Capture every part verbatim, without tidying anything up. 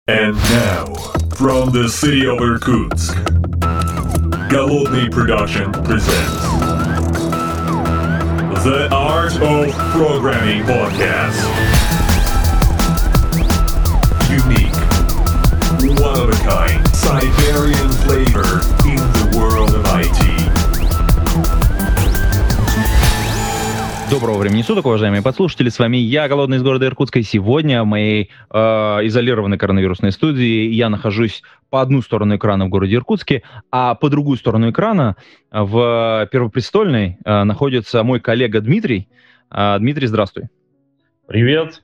And now, from the city of Irkutsk, Голодный Production presents The Art of Programming Podcast. Unique, one-of-a-kind, Siberian flavor in the world of ай ти. Доброго времени суток, уважаемые подслушатели. С вами я, Голодный из города Иркутска. И сегодня в моей э, изолированной коронавирусной студии я нахожусь по одну сторону экрана в городе Иркутске, а по другую сторону экрана в Первопрестольной э, находится мой коллега Дмитрий. Э, Дмитрий, здравствуй. Привет.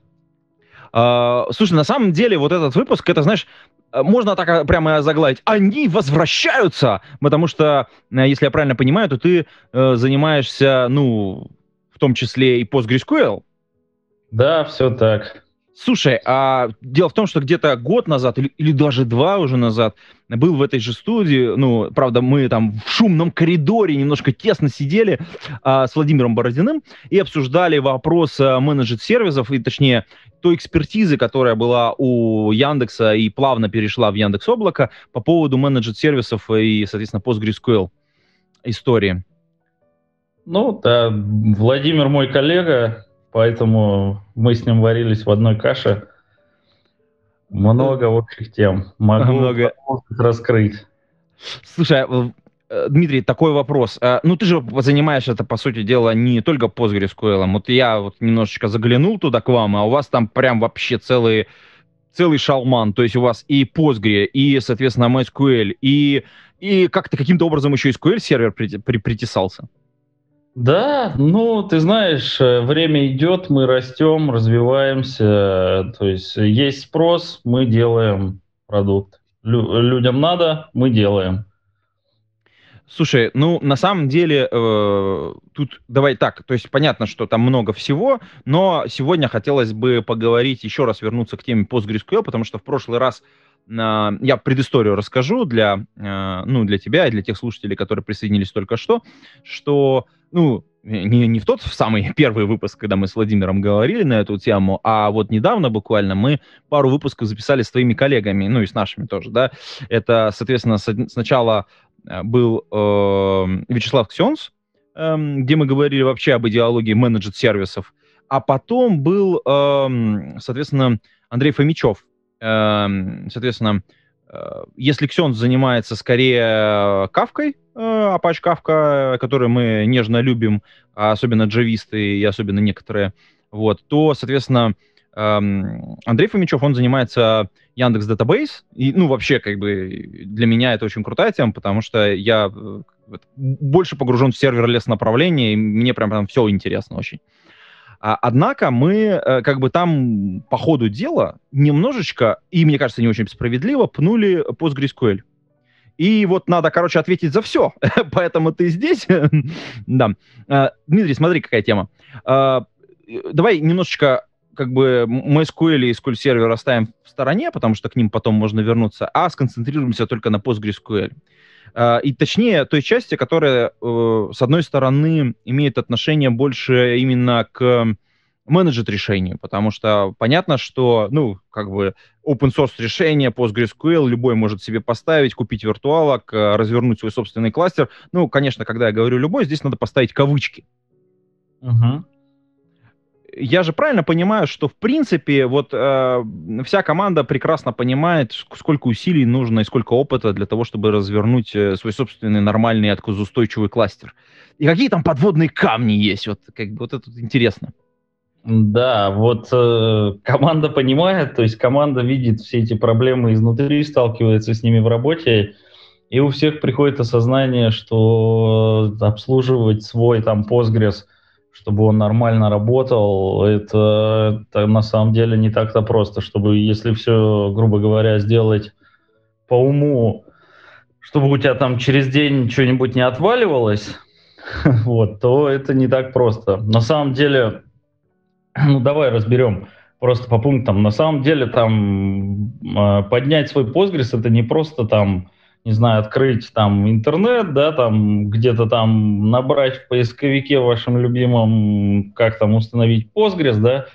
Э, слушай, на самом деле вот этот выпуск, это, знаешь, можно так прямо заглавить. Они возвращаются! Потому что, если я правильно понимаю, то ты э, занимаешься, ну... в том числе и PostgreSQL. Да, все так. Слушай, а дело в том, что где-то год назад, или, или даже два уже назад, был в этой же студии, ну, правда, мы там в шумном коридоре немножко тесно сидели а, с Владимиром Бородиным и обсуждали вопрос менеджер-сервисов, и точнее, той экспертизы, которая была у Яндекса и плавно перешла в Яндекс.Облако по поводу менеджер-сервисов и, соответственно, PostgreSQL истории. Ну, да, Владимир мой коллега, поэтому мы с ним варились в одной каше. Много общих тем. Могу Много... раскрыть. Слушай, Дмитрий, такой вопрос. Ну, ты же занимаешься, это, по сути дела, не только PostgreSQL. Вот я вот немножечко заглянул туда к вам, а у вас там прям вообще целый, целый шалман. То есть у вас и Postgre, и, соответственно, MySQL, и, и как-то каким-то образом еще эс-ку-эль-сервер при, при, притесался. Да, ну, ты знаешь, время идет, мы растем, развиваемся, то есть есть спрос, мы делаем продукт. Лю- людям надо, мы делаем. Слушай, ну, на самом деле, э, тут давай так, то есть понятно, что там много всего, но сегодня хотелось бы поговорить, еще раз вернуться к теме PostgreSQL, потому что в прошлый раз э, я предысторию расскажу для, э, ну, для тебя и для тех слушателей, которые присоединились только что, что, ну, не, не в тот самый первый выпуск, когда мы с Владимиром говорили на эту тему, а вот недавно буквально мы пару выпусков записали с твоими коллегами, ну и с нашими тоже, да. Это, соответственно, с, сначала был э, Вячеслав Ксенц, э, где мы говорили вообще об идеологии менеджер-сервисов, а потом был, э, соответственно, Андрей Фомичев. Э, соответственно, э, если Ксенц занимается скорее кавкой, э, Apache Kafka, который мы нежно любим, особенно джависты и особенно некоторые, вот, то, соответственно, Андрей Фомичев, он занимается Яндекс Database, и, ну, вообще, как бы, для меня это очень крутая тема, потому что я больше погружен в сервер-лес направление, и мне прям там все интересно очень. Однако мы, как бы, там по ходу дела немножечко, и, мне кажется, не очень справедливо, пнули PostgreSQL. И вот надо, короче, ответить за все, поэтому ты здесь. Да. Дмитрий, смотри, какая тема. Давай немножечко как бы MySQL и эс ку эль-сервер оставим в стороне, потому что к ним потом можно вернуться, а сконцентрируемся только на PostgreSQL. И точнее, той части, которая, с одной стороны, имеет отношение больше именно к менеджер-решению, потому что понятно, что, ну, как бы open-source решение, PostgreSQL, любой может себе поставить, купить виртуалок, развернуть свой собственный кластер. Ну, конечно, когда я говорю любой, здесь надо поставить кавычки. Угу. Я же правильно понимаю, что, в принципе, вот э, вся команда прекрасно понимает, сколько усилий нужно и сколько опыта для того, чтобы развернуть э, свой собственный нормальный отказоустойчивый кластер. И какие там подводные камни есть, вот, как бы, вот это интересно. Да, вот э, команда понимает, то есть команда видит все эти проблемы изнутри, сталкивается с ними в работе, и у всех приходит осознание, что обслуживать свой там Postgres, чтобы он нормально работал, это, это на самом деле не так-то просто, чтобы, если все, грубо говоря, сделать по уму, чтобы у тебя там через день что-нибудь не отваливалось, вот, то это не так просто. На самом деле, ну давай разберем просто по пунктам. На самом деле там поднять свой Postgres — это не просто там, не знаю, открыть там интернет, да, там где-то там набрать в поисковике вашем любимом, как там установить Postgres, да,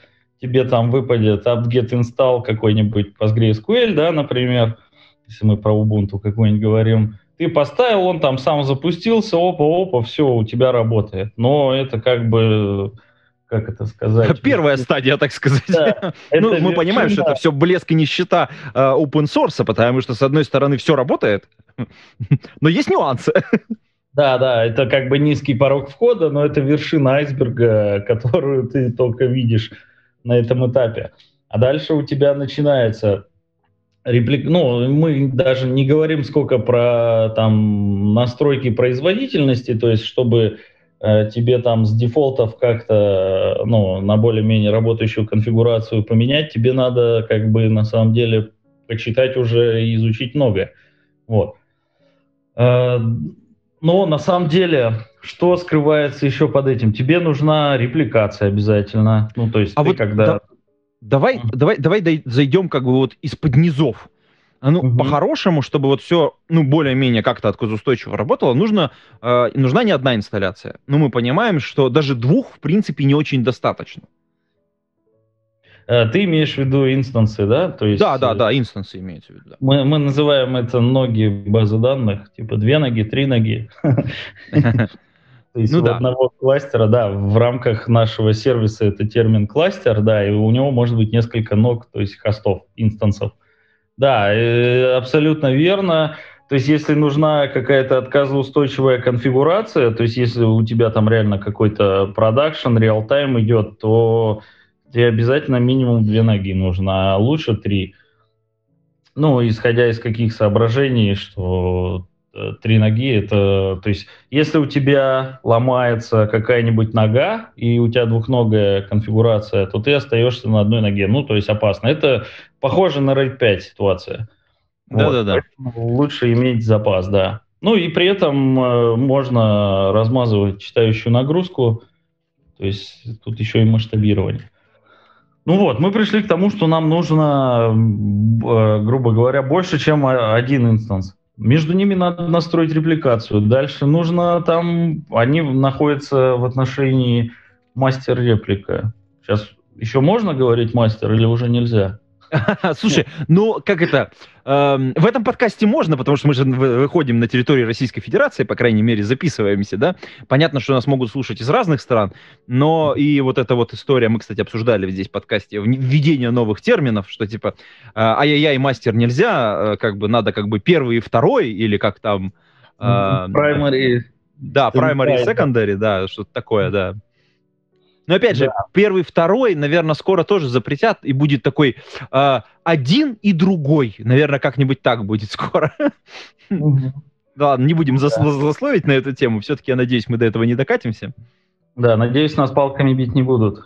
тебе там выпадет apt-get install какой-нибудь PostgreSQL, да, например, если мы про Ubuntu какой-нибудь говорим, ты поставил, он там сам запустился, опа-опа, все, у тебя работает. Но это как бы, как это сказать? Первая стадия, так сказать. Да, ну, это мы понимаем, что это все блеск и нищета э, open source, потому что, с одной стороны, все работает, но есть нюансы. Да, да, это как бы низкий порог входа, но это вершина айсберга, которую ты только видишь на этом этапе. А дальше у тебя начинается реплик... Ну, мы даже не говорим сколько про там настройки производительности, то есть чтобы э, тебе там с дефолтов как-то, ну, на более-менее работающую конфигурацию поменять, тебе надо как бы на самом деле почитать уже и изучить многое. Вот. Э, Но на самом деле, что скрывается еще под этим? Тебе нужна репликация обязательно. Ну, то есть а ты вот когда... Да, давай, uh-huh. давай, давай дай, зайдем как бы вот из-под низов. Ну, uh-huh. по-хорошему, чтобы вот все, ну, более-менее как-то отказоустойчиво работало, нужно, э, нужна не одна инсталляция. Но мы понимаем, что даже двух, в принципе, не очень достаточно. Ты имеешь в виду инстансы, да? То есть, да, да, да, инстансы имеется в виду. Да. Мы, мы называем это ноги базы данных, типа две ноги, три ноги. То есть у одного кластера, да, в рамках нашего сервиса это термин кластер, да, и у него может быть несколько ног, то есть хостов, инстансов. Да, абсолютно верно. То есть если нужна какая-то отказоустойчивая конфигурация, то есть если у тебя там реально какой-то продакшн, реал-тайм идет, то тебе обязательно минимум две ноги нужно, а лучше три. Ну, исходя из каких соображений, что э, три ноги, это... То есть, если у тебя ломается какая-нибудь нога, и у тебя двухногая конфигурация, то ты остаешься на одной ноге. Ну, то есть, опасно. Это похоже на рейд пять ситуация. Да-да-да. Вот. Лучше иметь запас, да. Ну, и при этом э, можно размазывать читающую нагрузку. То есть, тут еще и масштабирование. Ну вот, мы пришли к тому, что нам нужно, грубо говоря, больше, чем один инстанс. Между ними надо настроить репликацию. Дальше нужно там, они находятся в отношении мастер-реплика. Сейчас еще можно говорить мастер или уже нельзя? Слушай, ну как это, э, в этом подкасте можно, потому что мы же выходим на территорию Российской Федерации, по крайней мере, записываемся, да. Понятно, что нас могут слушать из разных стран, но и вот эта вот история, мы, кстати, обсуждали здесь в подкасте, введение новых терминов, что типа э, ай-яй-яй, мастер нельзя, э, как бы надо как бы первый и второй, или как там... Э, primary. Да, primary и secondary, да, что-то такое, да. Но опять же, да. Первый, второй, наверное, скоро тоже запретят, и будет такой э, один и другой. Наверное, как-нибудь так будет скоро. Угу. Да ладно, не будем да. злословить на эту тему. Все-таки, я надеюсь, мы до этого не докатимся. Да, надеюсь, нас палками бить не будут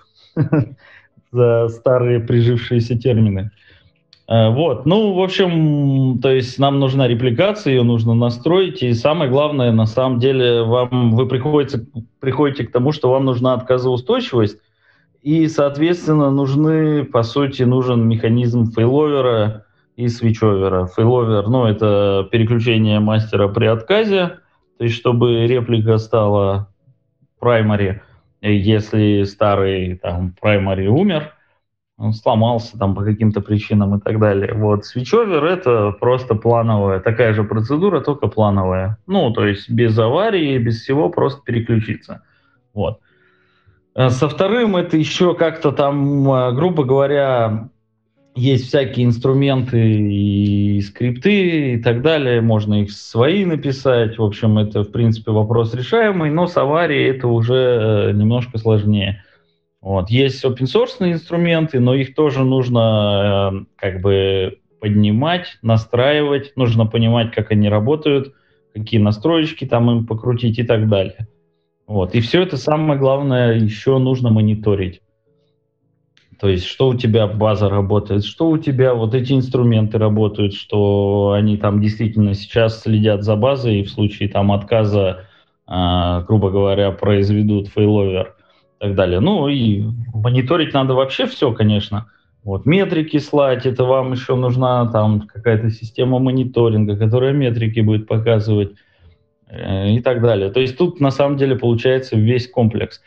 за старые прижившиеся термины. Вот, ну, в общем, то есть нам нужна репликация, ее нужно настроить, и самое главное, на самом деле, вам, вы приходите, приходите к тому, что вам нужна отказоустойчивость, и, соответственно, нужны, по сути, нужен механизм фейловера и свитчовера. Фейловер, ну, это переключение мастера при отказе, то есть чтобы реплика стала primary, если старый там primary умер, он сломался там по каким-то причинам и так далее. Вот. Свитчовер — это просто плановая, такая же процедура, только плановая. Ну, то есть без аварии, без всего, просто переключиться. Вот. Со вторым это еще как-то там, грубо говоря, есть всякие инструменты и скрипты и так далее. Можно их свои написать. В общем, это, в принципе, вопрос решаемый, но с аварией это уже немножко сложнее. Вот. Есть open-source инструменты, но их тоже нужно э, как бы поднимать, настраивать, нужно понимать, как они работают, какие настроечки там им покрутить и так далее. Вот. И все это, самое главное, еще нужно мониторить. То есть, что у тебя база работает, что у тебя вот эти инструменты работают, что они там действительно сейчас следят за базой и в случае там отказа, э, грубо говоря, произведут фейловер. И так далее. Ну и мониторить надо вообще все, конечно. Вот, метрики слать, это вам еще нужна там какая-то система мониторинга, которая метрики будет показывать э, и так далее. То есть тут на самом деле получается весь комплекс.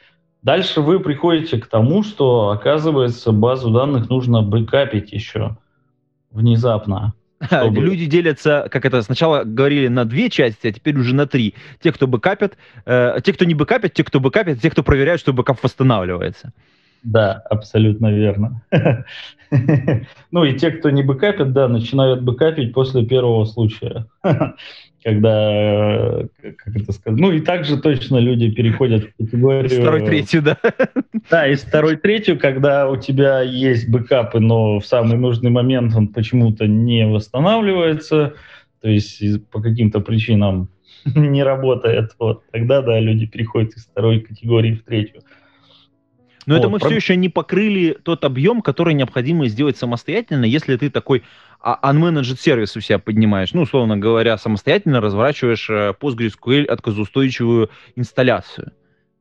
Дальше вы приходите к тому, что, оказывается, базу данных нужно бэкапить еще внезапно. Чтобы... Люди делятся, как это, сначала говорили на две части, а теперь уже на три. Те, кто бэкапят, э, те, кто не бэкапят, те, кто бэкапят, те, кто проверяют, что бэкап восстанавливается. Да, абсолютно верно. Ну и те, кто не бэкапит, да, начинают бэкапить после первого случая. Когда, как это сказать, ну и также точно люди переходят в категорию... Второй, третью, да. Да, из второй, третью, когда у тебя есть бэкапы, но в самый нужный момент он почему-то не восстанавливается, то есть по каким-то причинам не работает, вот, тогда, да, люди переходят из второй категории в третью. Но вот, это мы про... все еще не покрыли тот объем, который необходимо сделать самостоятельно, если ты такой unmanaged сервис у себя поднимаешь, ну, условно говоря, самостоятельно разворачиваешь PostgreSQL отказоустойчивую инсталляцию.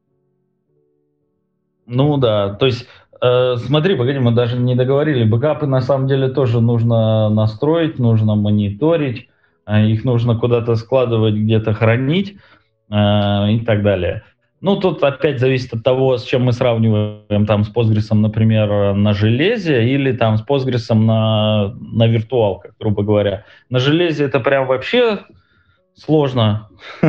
Ну да, то есть, э, смотри, погоди, мы даже не договорили, бэкапы на самом деле тоже нужно настроить, нужно мониторить, э, их нужно куда-то складывать, где-то хранить э, и так далее. Ну, тут опять зависит от того, с чем мы сравниваем, там, с Postgres, например, на железе или там с Postgres на, на виртуалках, грубо говоря. На железе это прям вообще сложно,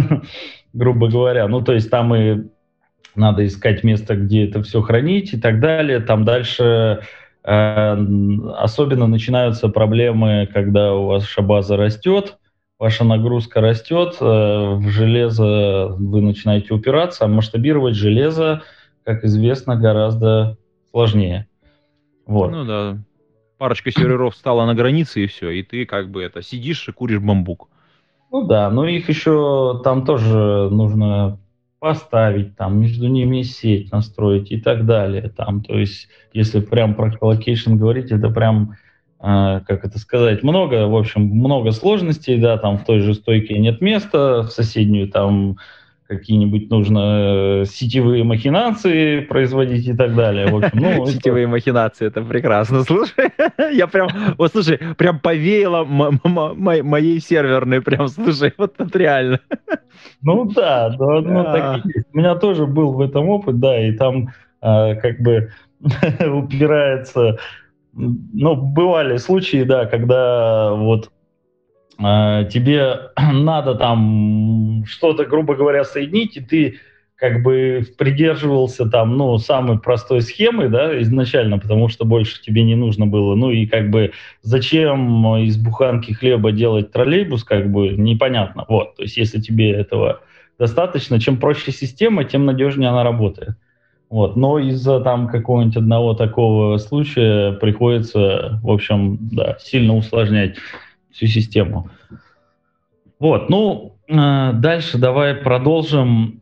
грубо говоря. Ну, то есть там и надо искать место, где это все хранить и так далее. Там дальше э, особенно начинаются проблемы, когда у вас база растет, ваша нагрузка растет, э, в железо вы начинаете упираться, а масштабировать железо, как известно, гораздо сложнее. Вот. Ну да, парочка серверов стала на границе и все, и ты как бы это сидишь и куришь бамбук. Ну да, но их еще там тоже нужно поставить, там между ними сеть настроить и так далее. Там, то есть, если прям про коллокейшн говорить, это прям, э, как это сказать, много, в общем, много сложностей, да, там в той же стойке нет места, в соседнюю там какие-нибудь нужно сетевые махинации производить и так далее. В общем, ну, сетевые это... махинации, это прекрасно. Слушай, я прям, вот слушай, прям повеяло моей серверной, прям, слушай, вот это реально. Ну да, да, ну так и есть. У меня тоже был в этом опыт, да, и там э, как бы упирается, ну, бывали случаи, да, когда вот э, тебе надо там что-то, грубо говоря, соединить, и ты как бы придерживался там, ну, самой простой схемы, да, изначально, потому что больше тебе не нужно было. Ну и как бы зачем из буханки хлеба делать троллейбус, как бы непонятно. Вот, то есть если тебе этого достаточно, чем проще система, тем надежнее она работает. Вот, но из-за там какого-нибудь одного такого случая приходится, в общем, да, сильно усложнять всю систему. Вот, ну, э, дальше давай продолжим.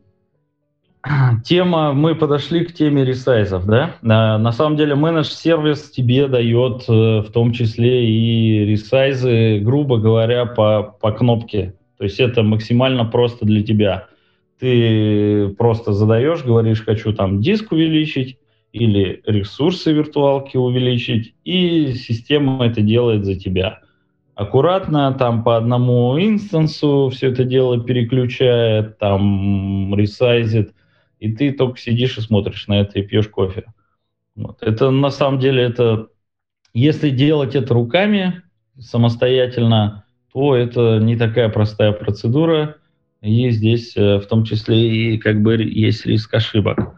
Тема, мы подошли к теме ресайзов, да? На самом деле Managed сервис тебе дает в том числе и ресайзы, грубо говоря, по, по кнопке. То есть это максимально просто для тебя. Ты просто задаешь, говоришь, хочу там диск увеличить или ресурсы виртуалки увеличить, и система это делает за тебя. Аккуратно, там по одному инстансу все это дело переключает, там ресайзит, и ты только сидишь и смотришь на это и пьешь кофе. Вот. Это на самом деле, это если делать это руками самостоятельно, то это не такая простая процедура, и здесь в том числе и как бы есть риск ошибок.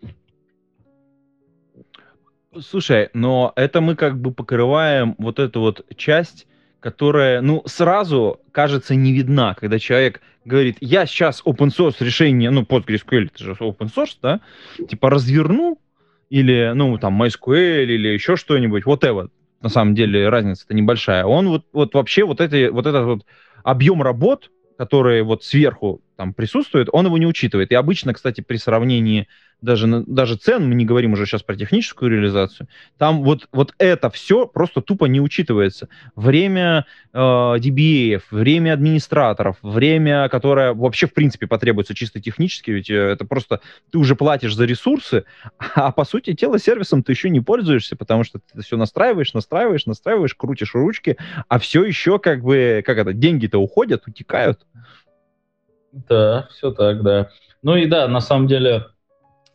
Слушай, но это мы как бы покрываем вот эту вот часть, которая, ну, сразу, кажется, не видна, когда человек говорит, я сейчас open source решение, ну, PostgreSQL, это же open source, да, типа разверну, или, ну, там, MySQL, или еще что-нибудь, whatever, на самом деле разница-то небольшая. Он вот, вот вообще вот, эти, вот этот вот объем работ, который вот сверху там присутствует, он его не учитывает. И обычно, кстати, при сравнении даже, даже цен, мы не говорим уже сейчас про техническую реализацию, там вот, вот это все просто тупо не учитывается. Время э, ди би эй, время администраторов, время, которое вообще в принципе потребуется чисто технически, ведь это просто ты уже платишь за ресурсы, а по сути дела сервисом ты еще не пользуешься, потому что ты все настраиваешь, настраиваешь, настраиваешь, крутишь ручки, а все еще как бы, как это, деньги-то уходят, утекают. Да, все так, да. Ну и да, на самом деле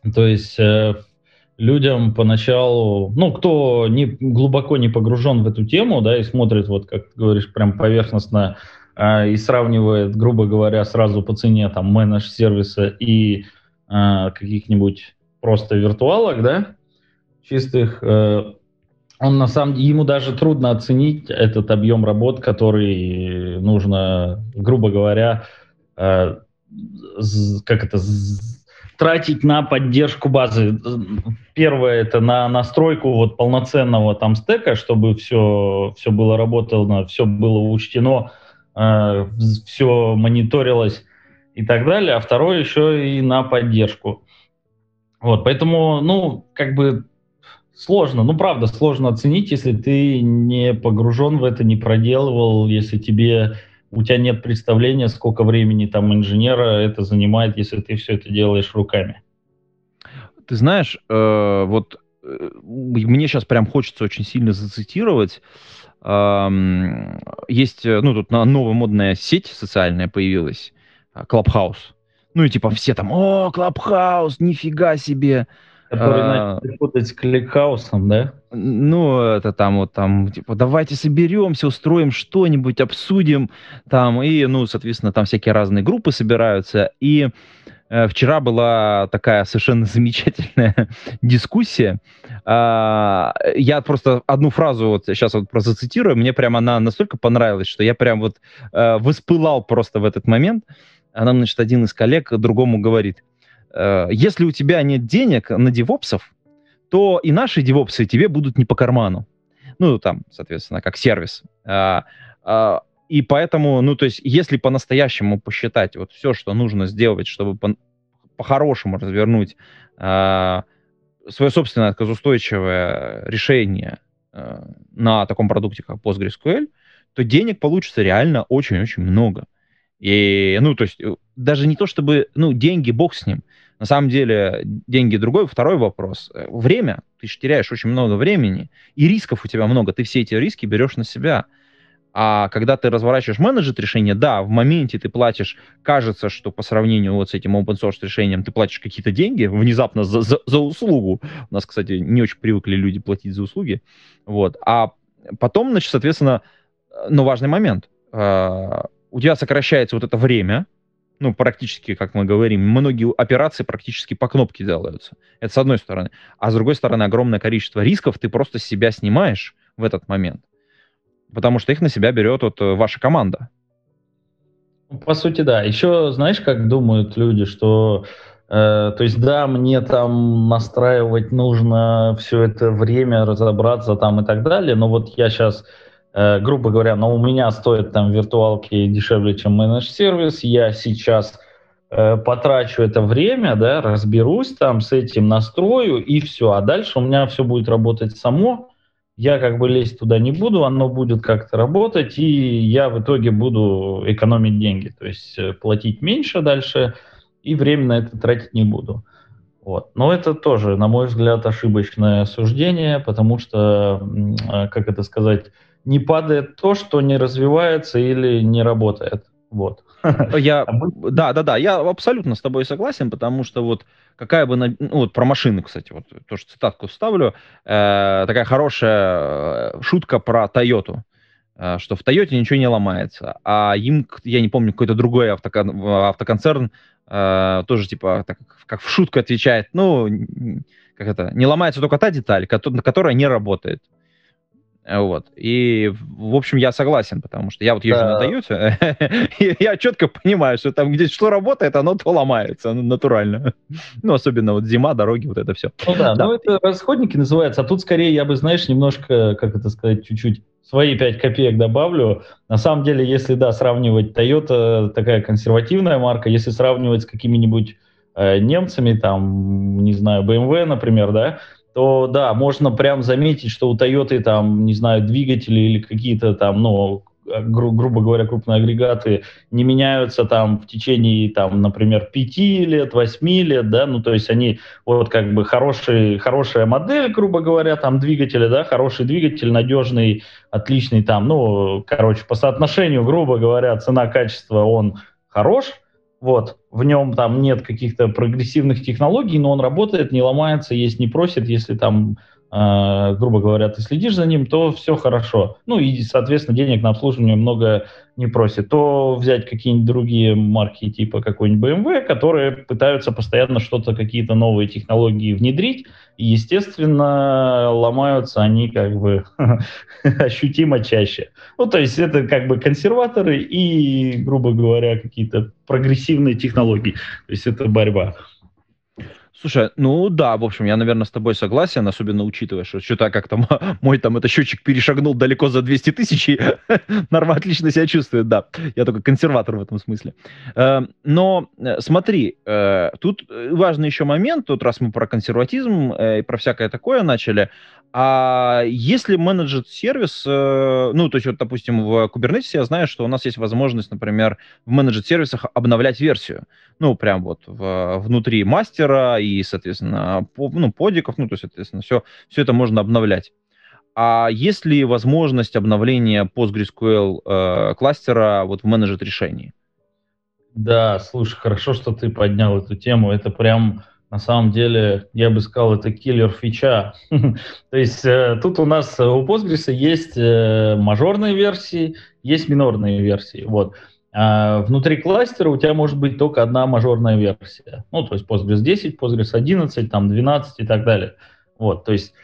То есть э, людям поначалу, ну, кто не, глубоко не погружен в эту тему, да, и смотрит, вот как ты говоришь, прям поверхностно, э, и сравнивает, грубо говоря, сразу по цене там менедж-сервиса и э, каких-нибудь просто виртуалок, да, чистых, э, он на самом деле, ему даже трудно оценить этот объем работ, который нужно, грубо говоря, э, з- как это, з- тратить на поддержку базы. Первое — это на настройку вот полноценного там стека, чтобы все, все было работало, все было учтено, э, все мониторилось и так далее. А второе еще и на поддержку. Вот, поэтому, ну, как бы сложно, ну, правда, сложно оценить, если ты не погружен в это, не проделывал, если тебе, у тебя нет представления, сколько времени там инженера это занимает, если ты все это делаешь руками. Ты знаешь, э, вот э, мне сейчас прям хочется очень сильно зацитировать. Ам, Есть, э, ну, тут на- новая модная сеть социальная появилась, а, Clubhouse. Ну и типа все там, о, Clubhouse, нифига себе. Который А, начали путать с кликхаусом, да? Ну, это там вот там, типа, давайте соберемся, устроим что-нибудь, обсудим там. И, ну, соответственно, там всякие разные группы собираются. И Э, вчера была такая совершенно замечательная дискуссия. А, Я просто одну фразу вот сейчас вот просто зацитирую. Мне прям она настолько понравилась, что я прям вот э, воспылал просто в этот момент. А нам, значит, один из коллег другому говорит: э, если у тебя нет денег на девопсов, то и наши девопсы тебе будут не по карману. Ну, там, соответственно, как сервис. А, а, и поэтому, ну, то есть, если по-настоящему посчитать вот все, что нужно сделать, чтобы по- по-хорошему развернуть а, свое собственное отказоустойчивое решение а, на таком продукте, как PostgreSQL, то денег получится реально очень-очень много. И, ну, то есть, э, даже не то чтобы, ну, деньги, бог с ним. На самом деле, деньги другой, второй вопрос. Э, Время. Ты же теряешь очень много времени, и рисков у тебя много. Ты все эти риски берешь на себя. А когда ты разворачиваешь менеджер решение, да, в моменте ты платишь, кажется, что по сравнению вот с этим open source решением ты платишь какие-то деньги внезапно за, за, за услугу. У нас, кстати, не очень привыкли люди платить за услуги. Вот. А потом, значит, соответственно, э, ну, важный момент. Э, У тебя сокращается вот это время, ну, практически, как мы говорим, многие операции практически по кнопке делаются. Это с одной стороны. А с другой стороны, огромное количество рисков ты просто с себя снимаешь в этот момент. Потому что их на себя берет вот э, ваша команда. Ну, по сути, да. Еще, знаешь, как думают люди, что, э, то есть, да, мне там настраивать нужно все это время, разобраться там и так далее, но вот я сейчас, э, грубо говоря, но у меня стоят там виртуалки дешевле, чем менедж-сервис, я сейчас э, потрачу это время, да, разберусь там с этим, настрою, и все, а дальше у меня все будет работать само, я как бы лезть туда не буду, оно будет как-то работать, и я в итоге буду экономить деньги, то есть э, платить меньше дальше, и время на это тратить не буду. Вот. Но это тоже, на мой взгляд, ошибочное суждение, потому что, м, а, как это сказать, не падает то, что не развивается или не работает. Вот. Я, Обычно. да, да, да, я абсолютно с тобой согласен, потому что вот какая бы, на- ну вот про машины, кстати, вот тоже цитатку вставлю, э, такая хорошая э, шутка про Тойоту, э, что в Тойоте ничего не ломается, а им, к- я не помню, какой-то другой автокон- автоконцерн э, тоже типа так, как в шутку отвечает, ну, н- как это, не ломается только та деталь, кото- которая не работает. Э, Вот. И, в общем, я согласен, потому что я вот езжу на Да, Тойоте, и я четко понимаю, что там где что работает, оно то ломается, ну, натурально. Ну, особенно вот зима, дороги, вот это все. ну да, Да. ну это расходники называются, а тут скорее я бы, знаешь, немножко, как это сказать, чуть-чуть свои пять копеек добавлю. На самом деле, если, да, сравнивать Toyota, такая консервативная марка, если сравнивать с какими-нибудь э, немцами, там, не знаю, бэ эм вэ, например, да, то, да, можно прям заметить, что у Toyota, там, не знаю, двигатели или какие-то там, ну, гру- грубо говоря, крупные агрегаты не меняются там в течение, там, например, пяти лет, восьми лет, да, ну, то есть они вот как бы хороший, хорошая модель, грубо говоря, там двигателя, да, хороший двигатель, надежный, отличный там, ну, короче, по соотношению, грубо говоря, цена-качество он хорош, Вот, в нем там нет каких-то прогрессивных технологий, но он работает, не ломается, есть не просит, если там, э, грубо говоря, ты следишь за ним, то все хорошо. Ну и, соответственно, денег на обслуживание много не просит. То взять какие-нибудь другие марки, типа какой-нибудь бэ эм вэ, которые пытаются постоянно что-то, какие-то новые технологии внедрить, и, естественно, ломаются они как бы ощутимо чаще. Ну, то есть это как бы консерваторы и, грубо говоря, какие-то прогрессивные технологии. То есть это борьба. Слушай, ну да, в общем, я, наверное, с тобой согласен, особенно учитывая, что что-то как-то мой там это счетчик перешагнул далеко за двести тысяч, и нормально, отлично себя чувствует, да. Я только консерватор в этом смысле. Э, Но э, смотри, э, тут важный еще момент, тут раз мы про консерватизм э, и про всякое такое начали, а если менеджер сервис, э, ну, то есть вот, допустим, в Kubernetes я знаю, что у нас есть возможность, например, в менеджер сервисах обновлять версию. Ну, прям вот в, внутри мастера и, соответственно, по, ну, подиков, ну, то есть, соответственно, все, все это можно обновлять. А есть ли возможность обновления PostgreSQL э, кластера вот в менеджер решении? Да, слушай, хорошо, что ты поднял эту тему. Это прям, на самом деле, я бы сказал, это киллер фича. То есть э, тут у нас э, у Postgres есть э, мажорные версии, есть минорные версии. Вот. А внутри кластера у тебя может быть только одна мажорная версия. Ну, то есть Postgres десять, Postgres одиннадцать, там двенадцать и так далее. Вот, то есть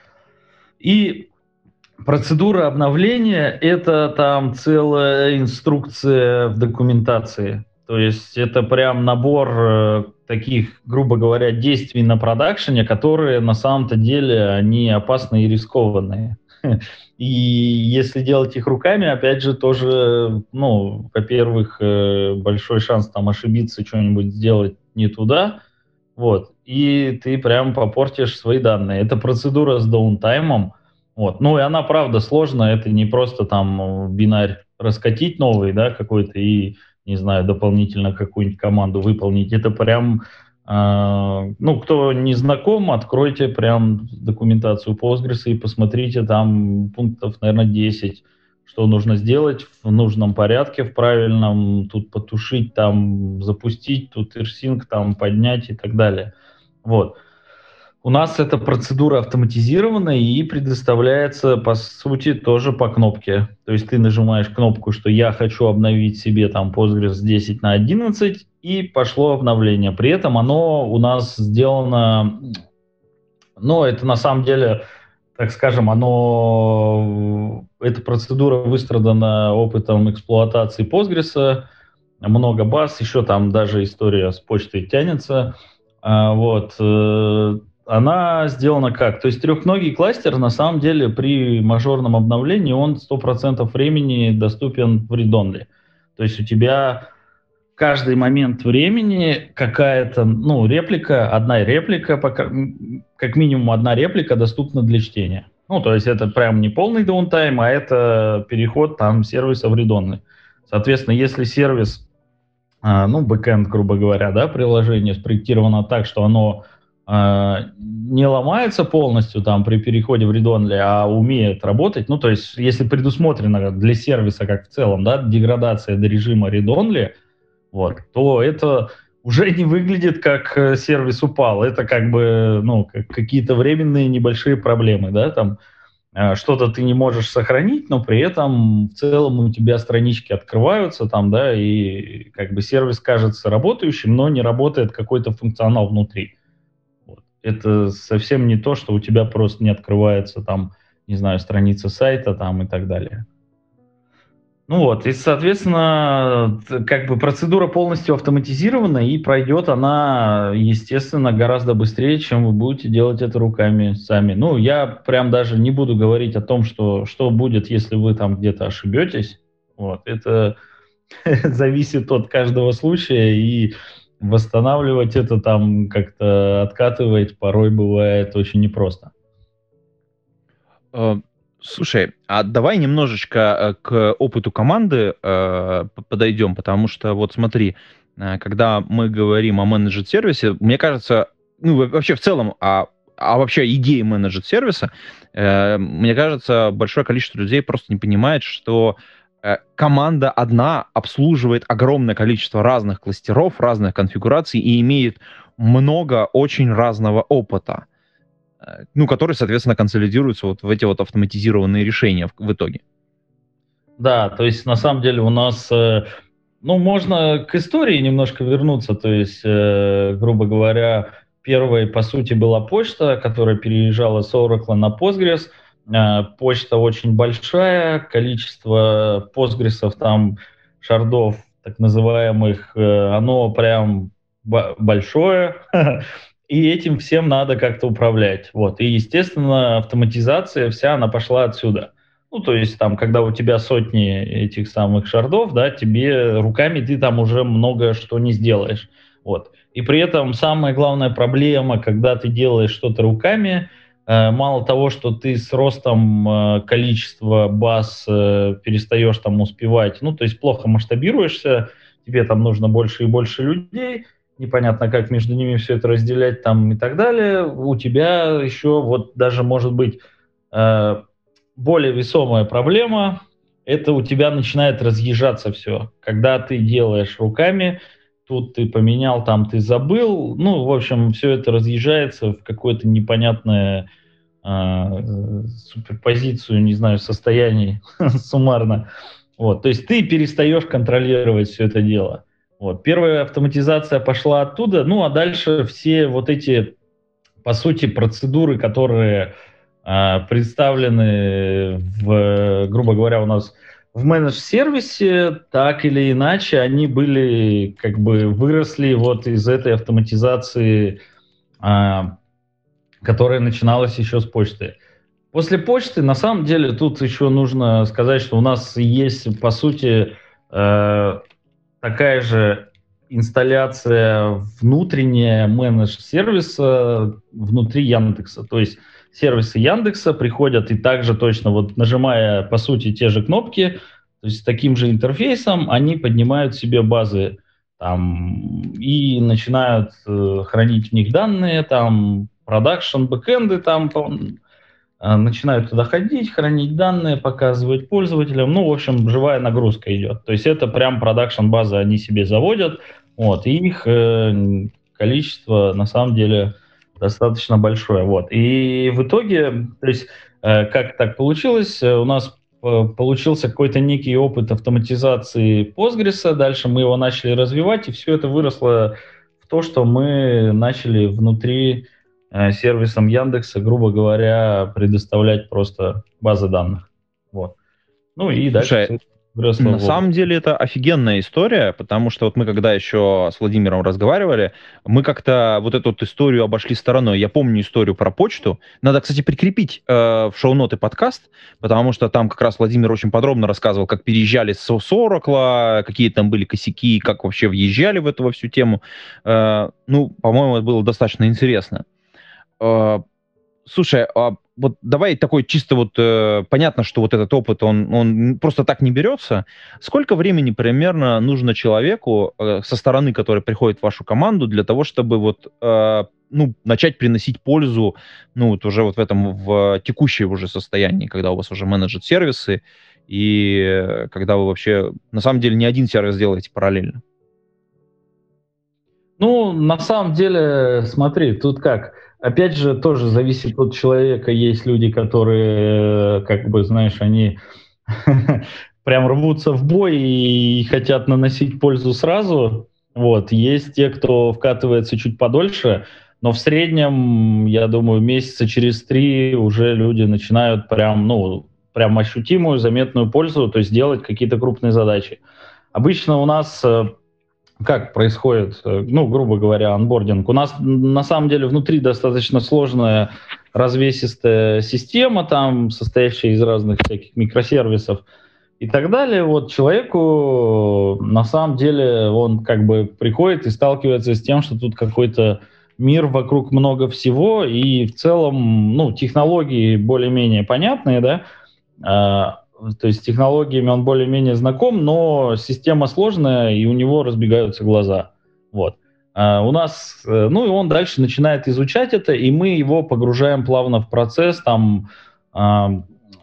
и процедура обновления – это там целая инструкция в документации. То есть это прям набор э, таких, грубо говоря, действий на продакшене, которые на самом-то деле они опасные и рискованные. И если делать их руками, опять же, тоже, ну, во-первых, э, большой шанс там ошибиться, что-нибудь сделать не туда, вот, и ты прям попортишь свои данные. Это процедура с даунтаймом, вот. Ну и она, правда, сложная, это не просто там бинарь раскатить новый, да, какой-то и, не знаю, дополнительно какую-нибудь команду выполнить. Это прям, э, ну, кто не знаком, откройте прям документацию Postgres и посмотрите, там пунктов, наверное, десять, что нужно сделать в нужном порядке, в правильном, тут потушить, там запустить, тут rsync, там поднять и так далее. Вот. У нас эта процедура автоматизирована и предоставляется, по сути, тоже по кнопке. То есть ты нажимаешь кнопку, что я хочу обновить себе там Postgres с десять на одиннадцать, и пошло обновление. При этом оно у нас сделано, ну, это на самом деле, так скажем, оно, эта процедура выстрадана опытом эксплуатации Postgres, много баз, еще там даже история с почтой тянется. Вот. Она сделана как? То есть трехногий кластер на самом деле при мажорном обновлении он сто процентов времени доступен в read-only. То есть у тебя каждый момент времени какая-то, ну, реплика, одна реплика, пока, как минимум одна реплика доступна для чтения. Ну, то есть это прям не полный даунтайм, а это переход там сервиса в read-only. Соответственно, если сервис, ну, бэкэнд, грубо говоря, да, приложение спроектировано так, что оно не ломается полностью там при переходе в read-only, а умеет работать, ну, то есть если предусмотрено для сервиса как в целом, да, деградация до режима read-only, вот, то это уже не выглядит как сервис упал, это как бы, ну, как какие-то временные небольшие проблемы, да, там что-то ты не можешь сохранить, но при этом в целом у тебя странички открываются там, да, и как бы сервис кажется работающим, но не работает какой-то функционал внутри. Это совсем не то, что у тебя просто не открывается там, не знаю, страница сайта там и так далее. Ну вот, и, соответственно, как бы процедура полностью автоматизирована, и пройдет она, естественно, гораздо быстрее, чем вы будете делать это руками сами. Ну, я прям даже не буду говорить о том, что, что будет, если вы там где-то ошибетесь. Вот, это зависит от каждого случая, и восстанавливать это там как-то откатывать порой бывает очень непросто. Слушай, а давай немножечко к опыту команды э, подойдем, потому что вот смотри, когда мы говорим о менеджер-сервисе, мне кажется, ну вообще в целом, а, а вообще идеи менеджер-сервиса, э, мне кажется, большое количество людей просто не понимает, что э, команда одна обслуживает огромное количество разных кластеров, разных конфигураций и имеет много очень разного опыта, э, ну, который, соответственно, консолидируется вот в эти вот автоматизированные решения в, в итоге. Да, то есть на самом деле у нас, э, ну, можно к истории немножко вернуться, то есть, э, грубо говоря, первой, по сути, была почта, которая переезжала с Oracle на Postgres. Э, почта очень большая, количество Postgres'ов там, шардов, так называемых, э, оно прям б- большое, и этим всем надо как-то управлять. Вот. И, естественно, автоматизация вся, она пошла отсюда. Ну, то есть там, когда у тебя сотни этих самых шардов, да, тебе руками ты там уже много что не сделаешь. Вот. И при этом самая главная проблема, когда ты делаешь что-то руками, э, мало того, что ты с ростом э, количества баз э, перестаешь там успевать, ну, то есть плохо масштабируешься, тебе там нужно больше и больше людей, непонятно, как между ними все это разделять там и так далее, у тебя еще вот даже может быть э, более весомая проблема, это у тебя начинает разъезжаться все. Когда ты делаешь руками, тут ты поменял, там ты забыл, ну, в общем, все это разъезжается в какое-то непонятное э, суперпозицию, не знаю, состояние суммарно. Вот, то есть ты перестаешь контролировать все это дело. Вот. Первая автоматизация пошла оттуда, ну а дальше все вот эти, по сути, процедуры, которые э, представлены, в, грубо говоря, у нас в менедж-сервисе, так или иначе, они были, как бы, выросли вот из этой автоматизации, э, которая начиналась еще с почты. После почты, на самом деле, тут еще нужно сказать, что у нас есть, по сути, э, такая же инсталляция внутренняя менедж-сервиса внутри Яндекса. То есть сервисы Яндекса приходят и также точно, вот нажимая, по сути, те же кнопки, то есть с таким же интерфейсом, они поднимают себе базы там, и начинают э, хранить в них данные, там, продакшн, бэкэнды, там, начинают туда ходить, хранить данные, показывать пользователям. Ну, в общем, живая нагрузка идет. То есть это прям продакшн-базы они себе заводят, вот, и их э, количество, на самом деле, достаточно большое. Вот. И в итоге, то есть, э, как так получилось, у нас получился какой-то некий опыт автоматизации Postgres, дальше мы его начали развивать, и все это выросло в то, что мы начали внутри сервисом Яндекса, грубо говоря, предоставлять просто базы данных. Вот. Ну и дальше все выросло. На самом деле это офигенная история, потому что вот мы когда еще с Владимиром разговаривали, мы как-то вот эту вот историю обошли стороной. Я помню историю про почту. Надо, кстати, прикрепить э, в шоу-ноты подкаст, потому что там как раз Владимир очень подробно рассказывал, как переезжали с Oracle, какие там были косяки, как вообще въезжали в эту во всю тему. Э, ну, по-моему, это было достаточно интересно. Uh, слушай, а вот давай такой чисто вот э, понятно, что вот этот опыт, он, он просто так не берется. Сколько времени примерно нужно человеку э, со стороны, который приходит в вашу команду, для того, чтобы вот э, ну, начать приносить пользу, ну, вот уже вот в этом, в текущем уже состоянии, когда у вас уже менеджер сервисы, и э, когда вы вообще, на самом деле, не один сервис делаете параллельно? Ну, на самом деле, смотри, тут как... Опять же, тоже зависит от человека. Есть люди, которые, как бы, знаешь, они прям рвутся в бой и хотят наносить пользу сразу. Вот. Есть те, кто вкатывается чуть подольше, но в среднем, я думаю, месяца через три уже люди начинают прям, ну, прям ощутимую, заметную пользу, то есть делать какие-то крупные задачи. Обычно у нас... Как происходит, ну, грубо говоря, онбординг? У нас, на самом деле, внутри достаточно сложная развесистая система, там, состоящая из разных всяких микросервисов и так далее. Вот человеку, на самом деле, он как бы приходит и сталкивается с тем, что тут какой-то мир, вокруг много всего, и в целом, ну, технологии более-менее понятные, да, то есть с технологиями он более-менее знаком, но система сложная, и у него разбегаются глаза. Вот. А у нас, ну и он дальше начинает изучать это, и мы его погружаем плавно в процесс, там, а,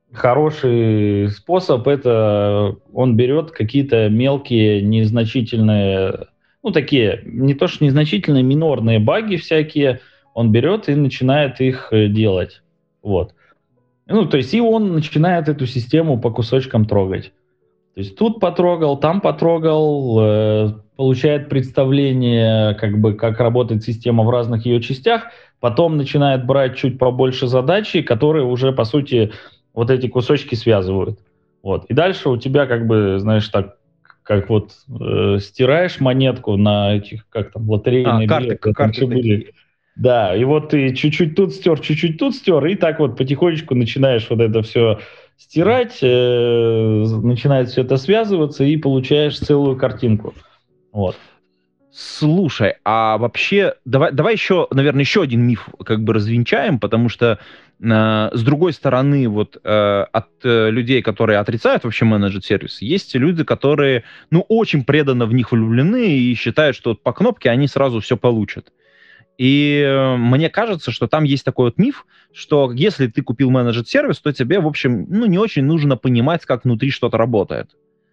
хороший способ, это он берет какие-то мелкие, незначительные, ну, такие, не то что незначительные, минорные баги всякие, он берет и начинает их делать. Вот. Ну, то есть и он начинает эту систему по кусочкам трогать. То есть тут потрогал, там потрогал, э, получает представление, как бы, как работает система в разных ее частях, потом начинает брать чуть побольше задачи, которые уже, по сути, вот эти кусочки связывают. Вот. И дальше у тебя, как бы, знаешь, так, как вот э, стираешь монетку на этих, как там, лотерейные а, карты, билеты. карты были. Да, и вот ты чуть-чуть тут стер, чуть-чуть тут стер, и так вот потихонечку начинаешь вот это все стирать, э, начинает все это связываться, и получаешь целую картинку. Вот. Слушай, а вообще, давай, давай еще, наверное, еще один миф как бы развенчаем, потому что э, с другой стороны, вот э, от э, людей, которые отрицают вообще менеджер-сервисы, есть люди, которые, ну, очень преданно в них влюблены и считают, что вот по кнопке они сразу все получат. И э, мне кажется, что там есть такой вот миф, что если ты купил менеджер-сервис, то тебе, в общем, ну, не очень нужно понимать, как внутри что-то работает.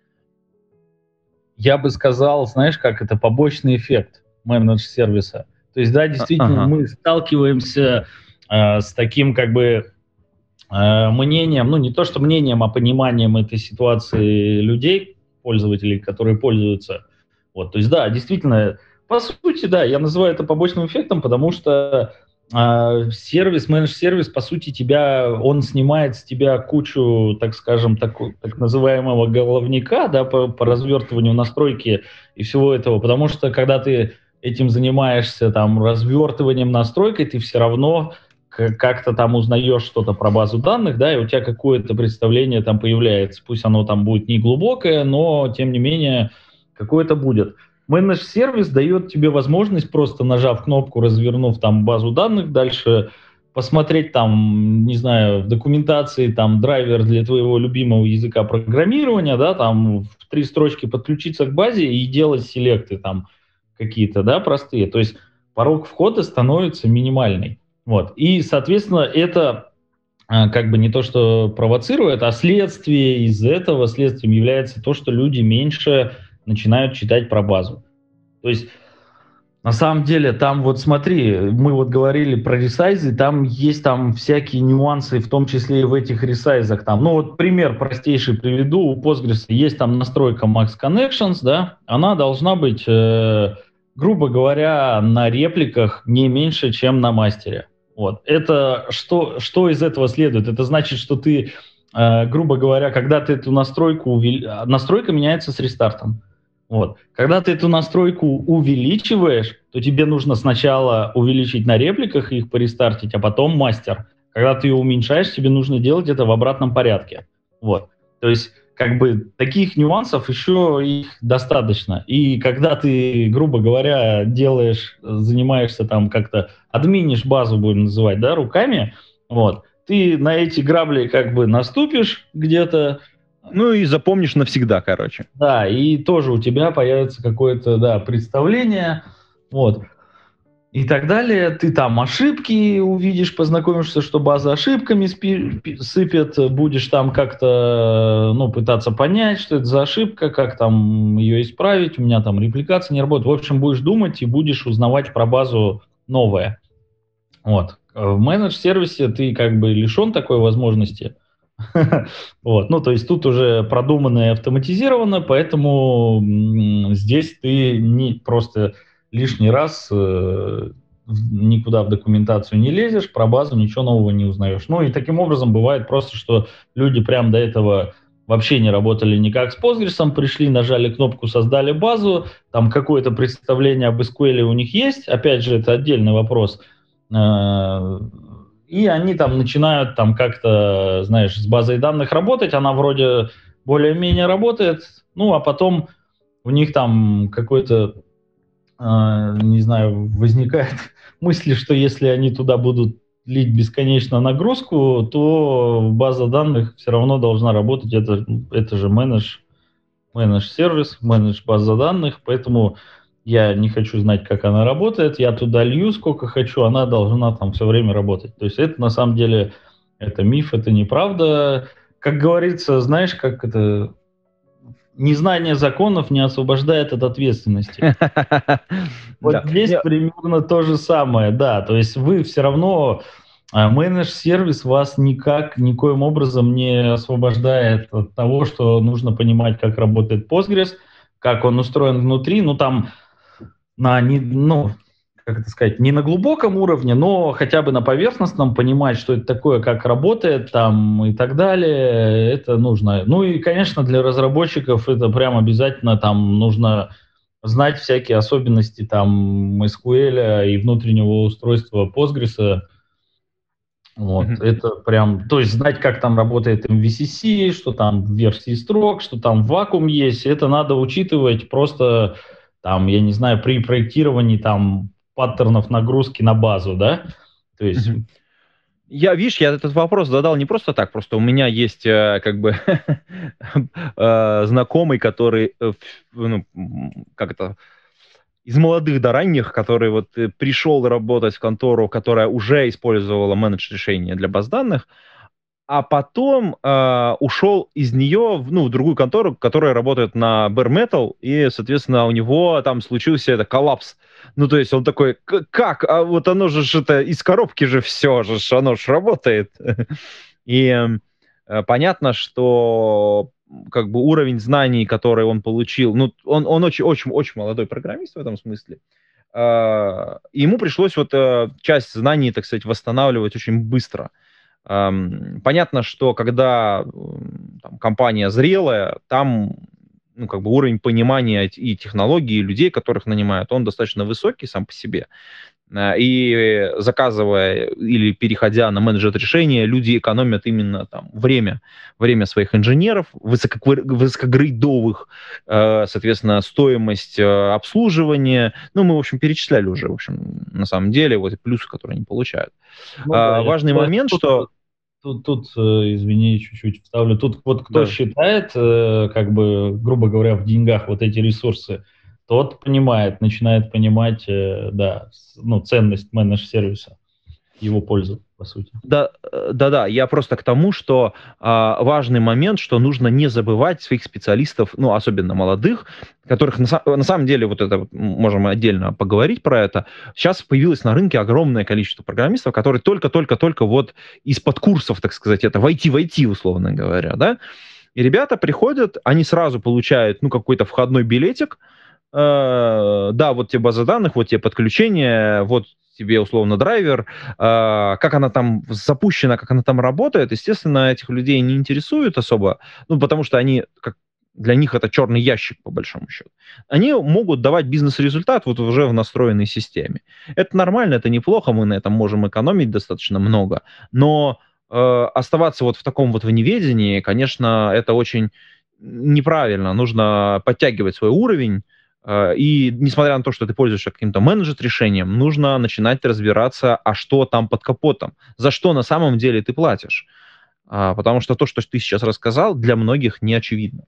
Я бы сказал, знаешь, как это побочный эффект менедж-сервиса. То есть, да, действительно, ага. мы сталкиваемся э, с таким, как бы, э, мнением, ну, не то что мнением, а пониманием этой ситуации людей, пользователей, которые пользуются. Вот, то есть, да, действительно, по сути, да, я называю это побочным эффектом, потому что э, сервис, менедж-сервис, по сути, тебя, он снимает с тебя кучу, так скажем, так, так называемого головника, да, по, по развертыванию настройки и всего этого, потому что когда ты этим занимаешься, там, развертыванием настройкой, ты все равно как-то там узнаешь что-то про базу данных, да, и у тебя какое-то представление там появляется, пусть оно там будет не глубокое, но, тем не менее, какое-то будет. Менедж-сервис дает тебе возможность, просто нажав кнопку, развернув там базу данных, дальше посмотреть там, не знаю, в документации там драйвер для твоего любимого языка программирования, да, там в три строчки подключиться к базе и делать селекты там какие-то, да, простые. То есть порог входа становится минимальный. Вот. И, соответственно, это как бы не то, что провоцирует, а следствие из этого, следствием является то, что люди меньше начинают читать про базу. То есть, на самом деле, там вот смотри, мы вот говорили про ресайзы, там есть там всякие нюансы, в том числе и в этих ресайзах. Там, ну вот пример простейший приведу, у Postgres есть там настройка Max Connections, да, она должна быть, э, грубо говоря, на репликах не меньше, чем на мастере. Вот. Это что, что из этого следует? Это значит, что ты, э, грубо говоря, когда ты эту настройку, увели... настройка меняется с рестартом. Вот. Когда ты эту настройку увеличиваешь, то тебе нужно сначала увеличить на репликах и их порестартить, а потом мастер. Когда ты ее уменьшаешь, тебе нужно делать это в обратном порядке. Вот. То есть, как бы, таких нюансов еще их достаточно. И когда ты, грубо говоря, делаешь, занимаешься там как-то, админишь базу, будем называть, да, руками, вот, ты на эти грабли как бы наступишь где-то, ну и запомнишь навсегда, короче. Да, и тоже у тебя появится какое-то, да, представление, вот, и так далее. Ты там ошибки увидишь, познакомишься, что база ошибками спи- сыпет, будешь там как-то, ну, пытаться понять, что это за ошибка, как там ее исправить, у меня там репликация не работает. В общем, будешь думать и будешь узнавать про базу новое. Вот. В менедж-сервисе ты как бы лишен такой возможности. Вот. Ну, то есть тут уже продумано и автоматизировано, поэтому здесь ты не просто лишний раз э, никуда в документацию не лезешь, про базу ничего нового не узнаешь. Ну и таким образом бывает просто, что люди прям до этого вообще не работали никак с Postgres, пришли, нажали кнопку, создали базу, там какое-то представление об эс ку эль у них есть, опять же, это отдельный вопрос. И они там начинают там как-то, знаешь, с базой данных работать, она вроде более-менее работает, ну, а потом у них там какой-то, э, не знаю, возникает мысль, что если они туда будут лить бесконечно нагрузку, то база данных все равно должна работать, это, это же менедж, менедж-сервис, менедж база данных, поэтому я не хочу знать, как она работает, я туда лью сколько хочу, она должна там все время работать. То есть это на самом деле, это миф, это неправда. как говорится, знаешь, как это... Незнание законов не освобождает от ответственности. Вот здесь примерно то же самое, да. То есть вы все равно... Менедж-сервис вас никак, никоим образом не освобождает от того, что нужно понимать, как работает Postgres, как он устроен внутри. Ну, там, на, не, ну, как это сказать, не на глубоком уровне, но хотя бы на поверхностном понимать, что это такое, как работает там и так далее, это нужно. Ну и, конечно, для разработчиков это прям обязательно там нужно знать всякие особенности там эс ку эль и внутреннего устройства Postgres. Вот, mm-hmm. это прям, то есть знать, как там работает эм ви си си, что там версии строк, что там вакуум есть, это надо учитывать просто там, я не знаю, при проектировании там паттернов нагрузки на базу, да, то есть... Mm-hmm. Я, видишь, я этот вопрос задал не просто так, просто у меня есть как бы знакомый, который, ну, как это... из молодых до ранних, который вот пришел работать в контору, которая уже использовала менедж-решение для баз данных, а потом э, ушел из нее в, ну, в другую контору, которая работает на bare metal, и, соответственно, у него там случился это коллапс. Ну, то есть он такой, как? А вот оно же это из коробки же все же, оно же работает. И э, понятно, что как бы уровень знаний, который он получил, ну, он, он очень, очень, очень молодой программист в этом смысле, э, ему пришлось вот э, часть знаний, так сказать, восстанавливать очень быстро. Э, понятно, что когда там, компания зрелая, там ну, как бы уровень понимания и технологий, и людей, которых нанимают, он достаточно высокий сам по себе. И заказывая или переходя на менеджмент решения, люди экономят именно там время, время своих инженеров, высоко, высокогрейдовых, соответственно, стоимость обслуживания. Ну, мы, в общем, перечисляли уже, в общем, на самом деле, вот плюсы, которые они получают. Ну, да, важный момент, тут, что... Тут, тут, извини, чуть-чуть вставлю. Тут вот кто да. считает, как бы, грубо говоря, в деньгах вот эти ресурсы, тот понимает, начинает понимать, да, ну, ценность менедж-сервиса, его пользу, по сути. Да, да, да. Я просто к тому, что а, важный момент, что нужно не забывать своих специалистов, ну, особенно молодых, которых на, на самом деле, вот это можем отдельно поговорить про это. Сейчас появилось на рынке огромное количество программистов, которые только-только-только вот из-под курсов, так сказать, это в ай ти, в ай ти, условно говоря, да. И ребята приходят, они сразу получают, ну, какой-то входной билетик. Uh, да, вот тебе база данных, вот тебе подключение, вот тебе условно драйвер, uh, как она там запущена, как она там работает, естественно, этих людей не интересует особо, ну, потому что они, как, для них это черный ящик, по большому счету. Они могут давать бизнес-результат вот уже в настроенной системе. Это нормально, это неплохо, мы на этом можем экономить достаточно много, но uh, оставаться вот в таком вот в неведении, конечно, это очень неправильно, нужно подтягивать свой уровень. И несмотря на то, что ты пользуешься каким-то менеджмент-решением, нужно начинать разбираться, а что там под капотом, за что на самом деле ты платишь. Потому что то, что ты сейчас рассказал, для многих не очевидно.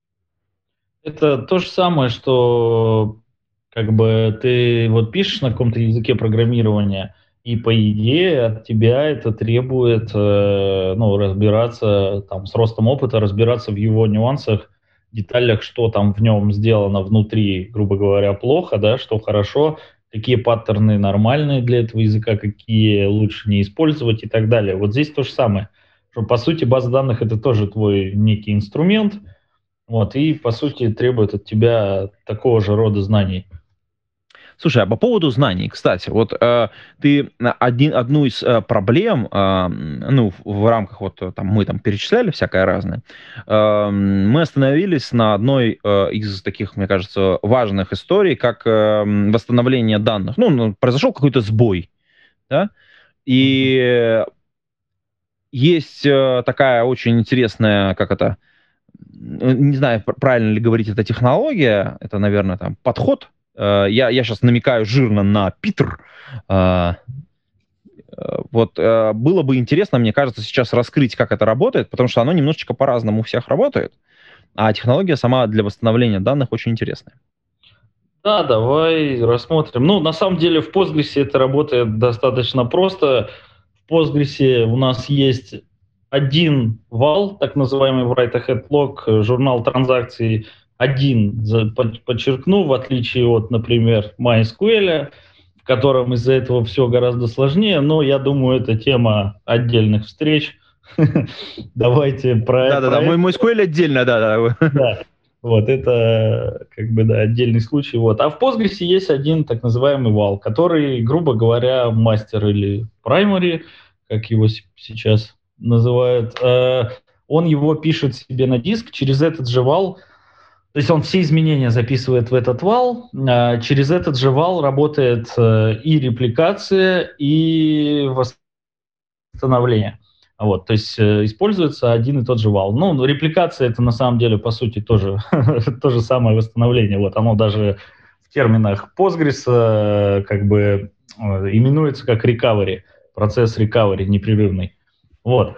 Это то же самое, что как бы ты вот пишешь на каком-то языке программирования, и по идее от тебя это требует ну, разбираться там, с ростом опыта, разбираться в его нюансах, деталях, что там в нем сделано внутри, грубо говоря, плохо, да, что хорошо, какие паттерны нормальные для этого языка, какие лучше не использовать и так далее. Вот здесь то же самое. Что, по сути, база данных — это тоже твой некий инструмент, вот, и, по сути, требует от тебя такого же рода знаний. Слушай, а по поводу знаний, кстати, вот э, ты один, одну из э, проблем, э, ну, в, в рамках вот там мы там перечисляли всякое разное, э, мы остановились на одной э, из таких, мне кажется, важных историй, как э, восстановление данных. Ну, ну, произошел какой-то сбой, да, и есть э, такая очень интересная, как это, не знаю, правильно ли говорить, это технология, это, наверное, там подход. Я, я сейчас намекаю жирно на Питер. Вот было бы интересно, мне кажется, сейчас раскрыть, как это работает, потому что оно немножечко по-разному у всех работает, а технология сама для восстановления данных очень интересная. Да, давай рассмотрим. Ну, на самом деле в Postgres это работает достаточно просто. В Postgres у нас есть один вал, так называемый write-ahead log, журнал транзакций один, подчеркну, в отличие от, например, MySQL, в котором из-за этого все гораздо сложнее, но я думаю, это тема отдельных встреч. Давайте про это. Да-да-да, мой MySQL отдельно, да-да. Да, вот это как бы, да, отдельный случай. Вот. А в Postgres есть один так называемый вал, который, грубо говоря, мастер или primary, как его сейчас называют, он его пишет себе на диск через этот же вал. То есть он все изменения записывает в этот вал, а через этот же вал работает и репликация, и восстановление. Вот, то есть используется один и тот же вал. Ну, репликация — это на самом деле, по сути, тоже то же самое восстановление. Вот оно даже в терминах Postgres как бы именуется как recovery, процесс recovery непрерывный. Вот.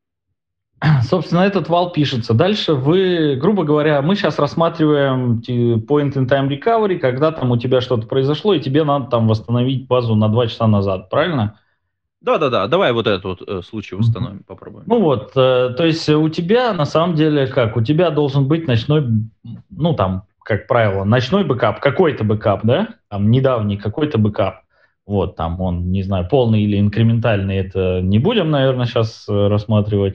Собственно, этот вал пишется. Дальше вы, грубо говоря, мы сейчас рассматриваем point-in-time recovery, когда там у тебя что-то произошло, и тебе надо там восстановить базу на два часа назад, правильно? Да-да-да, давай вот этот вот э, случай восстановим, попробуем. Ну вот, э, то есть у тебя на самом деле как? У тебя должен быть ночной, ну там, как правило, ночной бэкап, какой-то бэкап, да? Там недавний какой-то бэкап. Вот, там он, не знаю, полный или инкрементальный, это не будем, наверное, сейчас рассматривать.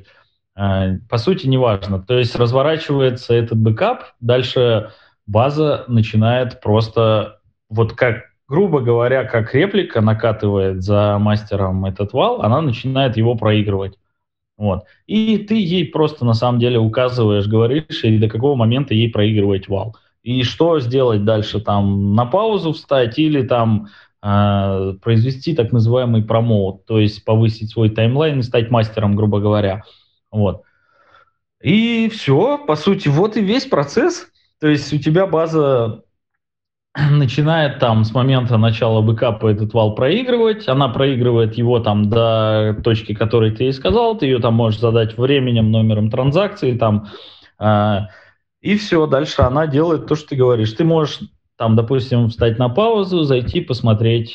По сути, неважно. То есть разворачивается этот бэкап, дальше база начинает просто, вот как, грубо говоря, как реплика накатывает за мастером этот вал, она начинает его проигрывать. Вот. И ты ей просто на самом деле указываешь, говоришь, и до какого момента ей проигрывать вал. И что сделать дальше? Там на паузу встать или там э, произвести так называемый промоут, то есть повысить свой таймлайн и стать мастером, грубо говоря. Вот. И все, по сути, вот и весь процесс. То есть у тебя база начинает там с момента начала бэкапа этот вал проигрывать, она проигрывает его там до точки, которой ты ей сказал, ты ее там можешь задать временем, номером транзакции, там, э, и все, дальше она делает то, что ты говоришь. Ты можешь там, допустим, встать на паузу, зайти, посмотреть,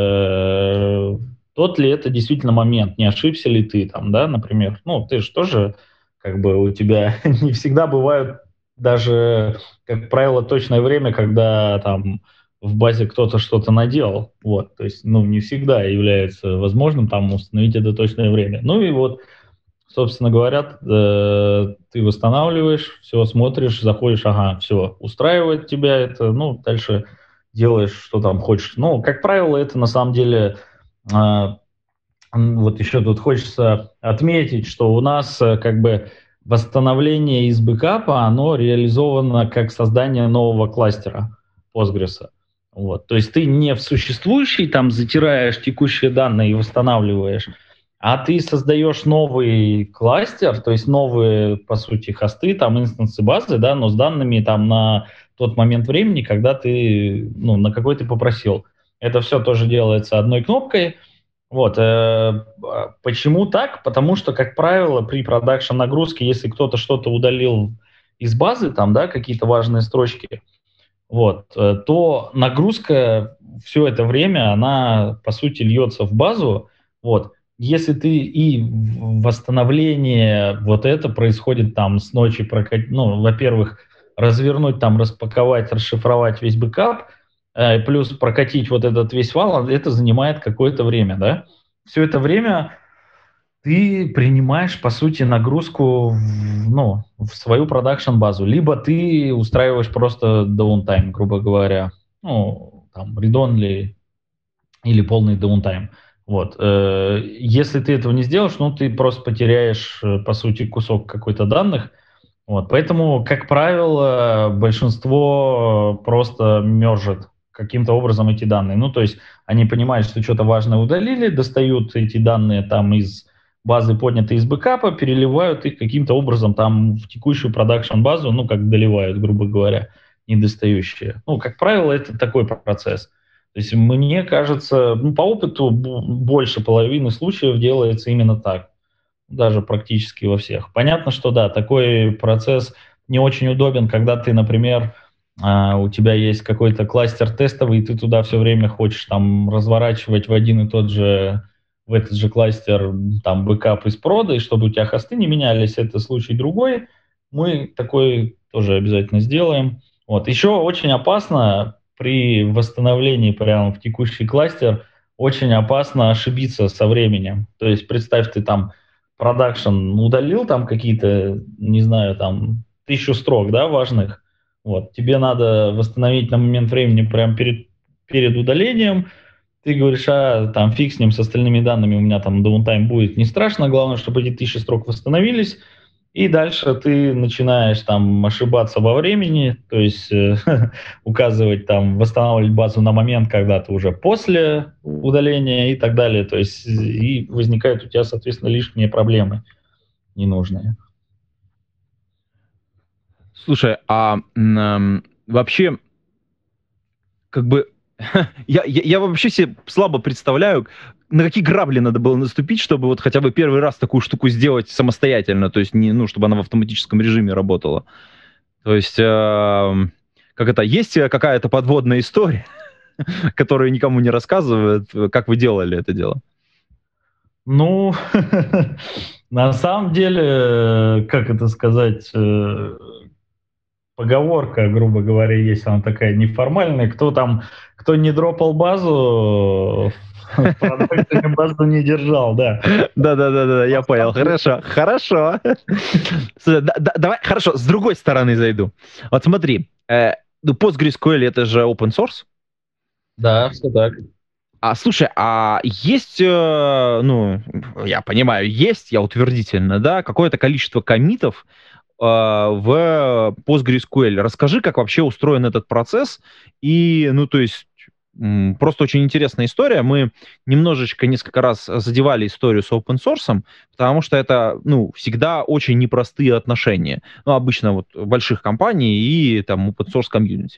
э, тот ли это действительно момент, не ошибся ли ты там, да, например. Ну, ты же тоже, как бы, у тебя не всегда бывают даже, как правило, точное время, когда там в базе кто-то что-то наделал. Вот, то есть, ну, не всегда является возможным там установить это точное время. Ну и вот, собственно говоря, э, ты восстанавливаешь, все смотришь, заходишь, ага, все, устраивает тебя это, ну, дальше делаешь, что там хочешь. Ну, как правило, это на самом деле, э, вот еще тут хочется отметить, что у нас э, как бы восстановление из бэкапа, оно реализовано как создание нового кластера Postgres. Вот. То есть ты не в существующий там затираешь текущие данные и восстанавливаешь, а ты создаешь новый кластер, то есть новые, по сути, хосты, там инстансы базы, да, но с данными там на тот момент времени, когда ты, ну, на какой ты попросил. Это все тоже делается одной кнопкой. Вот. Почему так? Потому что, как правило, при продакшн нагрузке, если кто-то что-то удалил из базы, там, да, какие-то важные строчки, вот, то нагрузка все это время, она, по сути, льется в базу. Вот. Если ты и восстановление вот это происходит там с ночи, прокат... ну, во-первых, развернуть, там, распаковать, расшифровать весь бэкап, плюс прокатить вот этот весь вал, это занимает какое-то время, да? Все это время ты принимаешь, по сути, нагрузку в, ну, в свою продакшн-базу. Либо ты устраиваешь просто даунтайм, грубо говоря. Ну, там, read-only или полный даунтайм. Вот. Если ты этого не сделаешь, ну, ты просто потеряешь, по сути, кусок какой-то данных. Вот. Поэтому, как правило, большинство просто мержит каким-то образом эти данные. Ну, то есть они понимают, что что-то важное удалили, достают эти данные там из базы, поднятые из бэкапа, переливают их каким-то образом там в текущую продакшн-базу, ну, как доливают, грубо говоря, недостающие. Ну, как правило, это такой процесс. То есть мне кажется, ну, по опыту больше половины случаев делается именно так. Даже практически во всех. Понятно, что да, такой процесс не очень удобен, когда ты, например, у тебя есть какой-то кластер тестовый, и ты туда все время хочешь там разворачивать в один и тот же в этот же кластер там бэкап из прода, и чтобы у тебя хосты не менялись, это случай другой, мы такой тоже обязательно сделаем. Вот. Еще очень опасно при восстановлении прямо в текущий кластер, очень опасно ошибиться со временем. То есть представь, ты там продакшн удалил там какие-то, не знаю, там тысячу строк, да, важных. Вот. Тебе надо восстановить на момент времени прямо перед, перед удалением. Ты говоришь, а там фиг с ним, с остальными данными, у меня там даунтайм будет, не страшно, главное, чтобы эти тысячи строк восстановились. И дальше ты начинаешь там ошибаться во времени, то есть э, указывать там, восстанавливать базу на момент, когда ты уже после удаления и так далее. То есть и возникают у тебя, соответственно, лишние проблемы ненужные. Слушай, а м, вообще, как бы, я, я, я вообще себе слабо представляю, на какие грабли надо было наступить, чтобы вот хотя бы первый раз такую штуку сделать самостоятельно, то есть не, ну, чтобы она в автоматическом режиме работала. То есть, э, как это, есть какая-то подводная история, которую никому не рассказывают, как вы делали это дело? Ну, на самом деле, как это сказать, э, поговорка, грубо говоря, есть, она такая неформальная. Кто там, кто не дропал базу, в продакшене базу не держал, да. Да-да-да, я понял. Хорошо, хорошо. Давай, хорошо, с другой стороны зайду. Вот смотри, PostgreSQL — это же open source? Да, все так. А слушай, а есть, э, ну, я понимаю, есть, я утвердительно, да, какое-то количество коммитов э, в PostgreSQL. Расскажи, как вообще устроен этот процесс. И, ну, то есть, м, просто очень интересная история. Мы немножечко, несколько раз задевали историю с open source, потому что это, ну, всегда очень непростые отношения. Ну, обычно вот больших компаний и там open source комьюнити.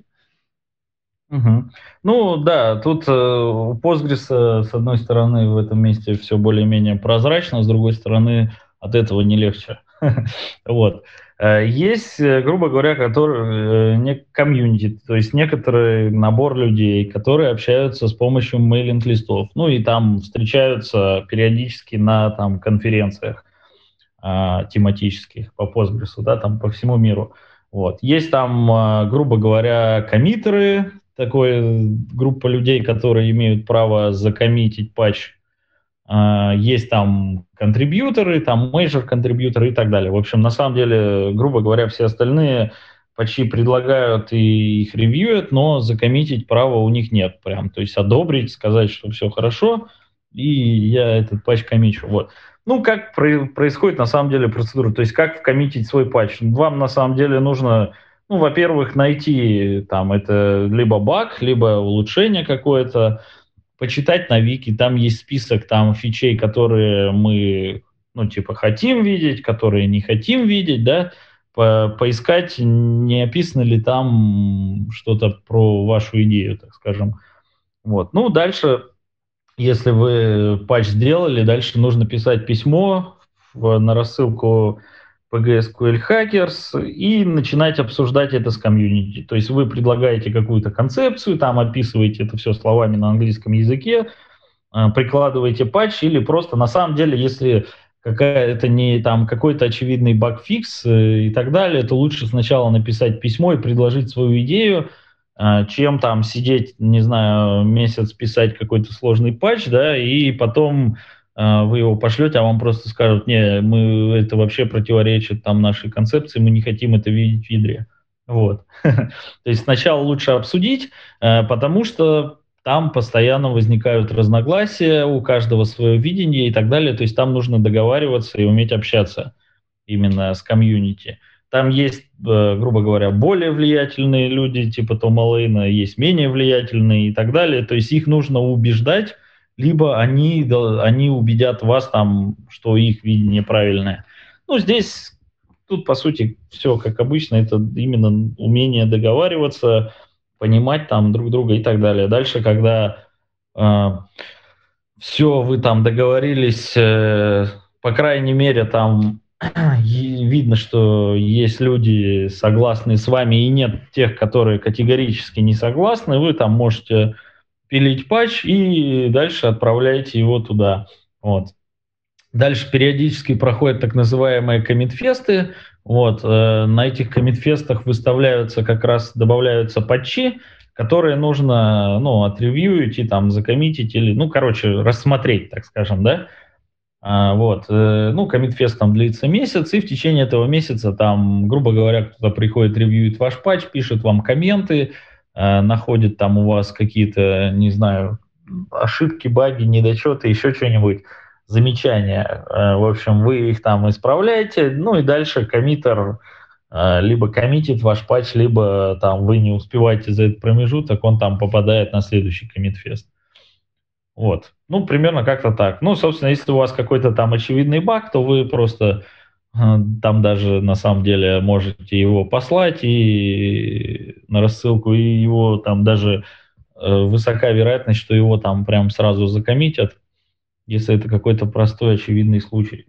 Угу. Ну да, тут э, у Postgres, э, с одной стороны, в этом месте все более-менее прозрачно, с другой стороны, от этого не легче. Вот. Э, Есть, э, грубо говоря, которые, э, не комьюнити, то есть некоторый набор людей, которые общаются с помощью мейлинг-листов, ну и там встречаются периодически на там, конференциях а, тематических по Postgres, да, там по всему миру. Вот. Есть там, а, грубо говоря, коммитеры, такая группа людей, которые имеют право закоммитить патч. А, есть там контрибьюторы, там мейджор-контрибьюторы и так далее. В общем, на самом деле, грубо говоря, все остальные патчи предлагают и их ревьюют, но закоммитить права у них нет прям. То есть одобрить, сказать, что все хорошо, и я этот патч коммичу. Вот. Ну, как про- происходит на самом деле процедура? То есть как вкоммитить свой патч? Вам на самом деле нужно, ну, во-первых, найти там это либо баг, либо улучшение какое-то, почитать на вики, там есть список там фичей, которые мы, ну, типа, хотим видеть, которые не хотим видеть, да, по поискать, не описано ли там что-то про вашу идею, так скажем. Вот. Ну, дальше, если вы патч сделали, дальше нужно писать письмо в, на рассылку PostgreSQL Hackers и начинать обсуждать это с комьюнити. То есть вы предлагаете какую-то концепцию, там описываете это все словами на английском языке, прикладываете патч, или просто на самом деле, если какая это не там какой-то очевидный багфикс и так далее, то лучше сначала написать письмо и предложить свою идею, чем там сидеть, не знаю, месяц писать какой-то сложный патч, да, и потом вы его пошлете, а вам просто скажут, не, мы, это вообще противоречит там нашей концепции, мы не хотим это видеть в ядре. Вот. То есть сначала лучше обсудить, потому что там постоянно возникают разногласия, у каждого свое видение и так далее. То есть там нужно договариваться и уметь общаться именно с комьюнити. Там есть, грубо говоря, более влиятельные люди, типа Тома Лейна, есть менее влиятельные и так далее. То есть их нужно убеждать, либо они, они убедят вас, там, что их видение правильное. Ну, здесь, тут, по сути, все как обычно, это именно умение договариваться, понимать там друг друга и так далее. Дальше, когда э, все, вы там договорились, э, по крайней мере, там видно, что есть люди, согласные с вами, и нет тех, которые категорически не согласны, вы там можете пилить патч и дальше отправляете его туда. Вот. Дальше периодически проходят так называемые коммитфесты. Вот. На этих коммитфестах выставляются как раз, добавляются патчи, которые нужно, ну, отревьюить и там закоммитить или, ну, короче, рассмотреть, так скажем, да. А, вот. Ну, коммитфест там длится месяц, и в течение этого месяца там, грубо говоря, кто-то приходит, ревьюет ваш патч, пишет вам комменты, э, находит там у вас какие-то, не знаю, ошибки, баги, недочеты, еще что-нибудь, замечания. Э, в общем, вы их там исправляете, ну и дальше коммитер э, либо коммитит ваш патч, либо там вы не успеваете за этот промежуток, он там попадает на следующий коммитфест. Вот. Ну, примерно как-то так. Ну, собственно, если у вас какой-то там очевидный баг, то вы просто э, там даже на самом деле можете его послать и на рассылку, и его там даже э, высока вероятность, что его там прям сразу закоммитят, если это какой-то простой очевидный случай.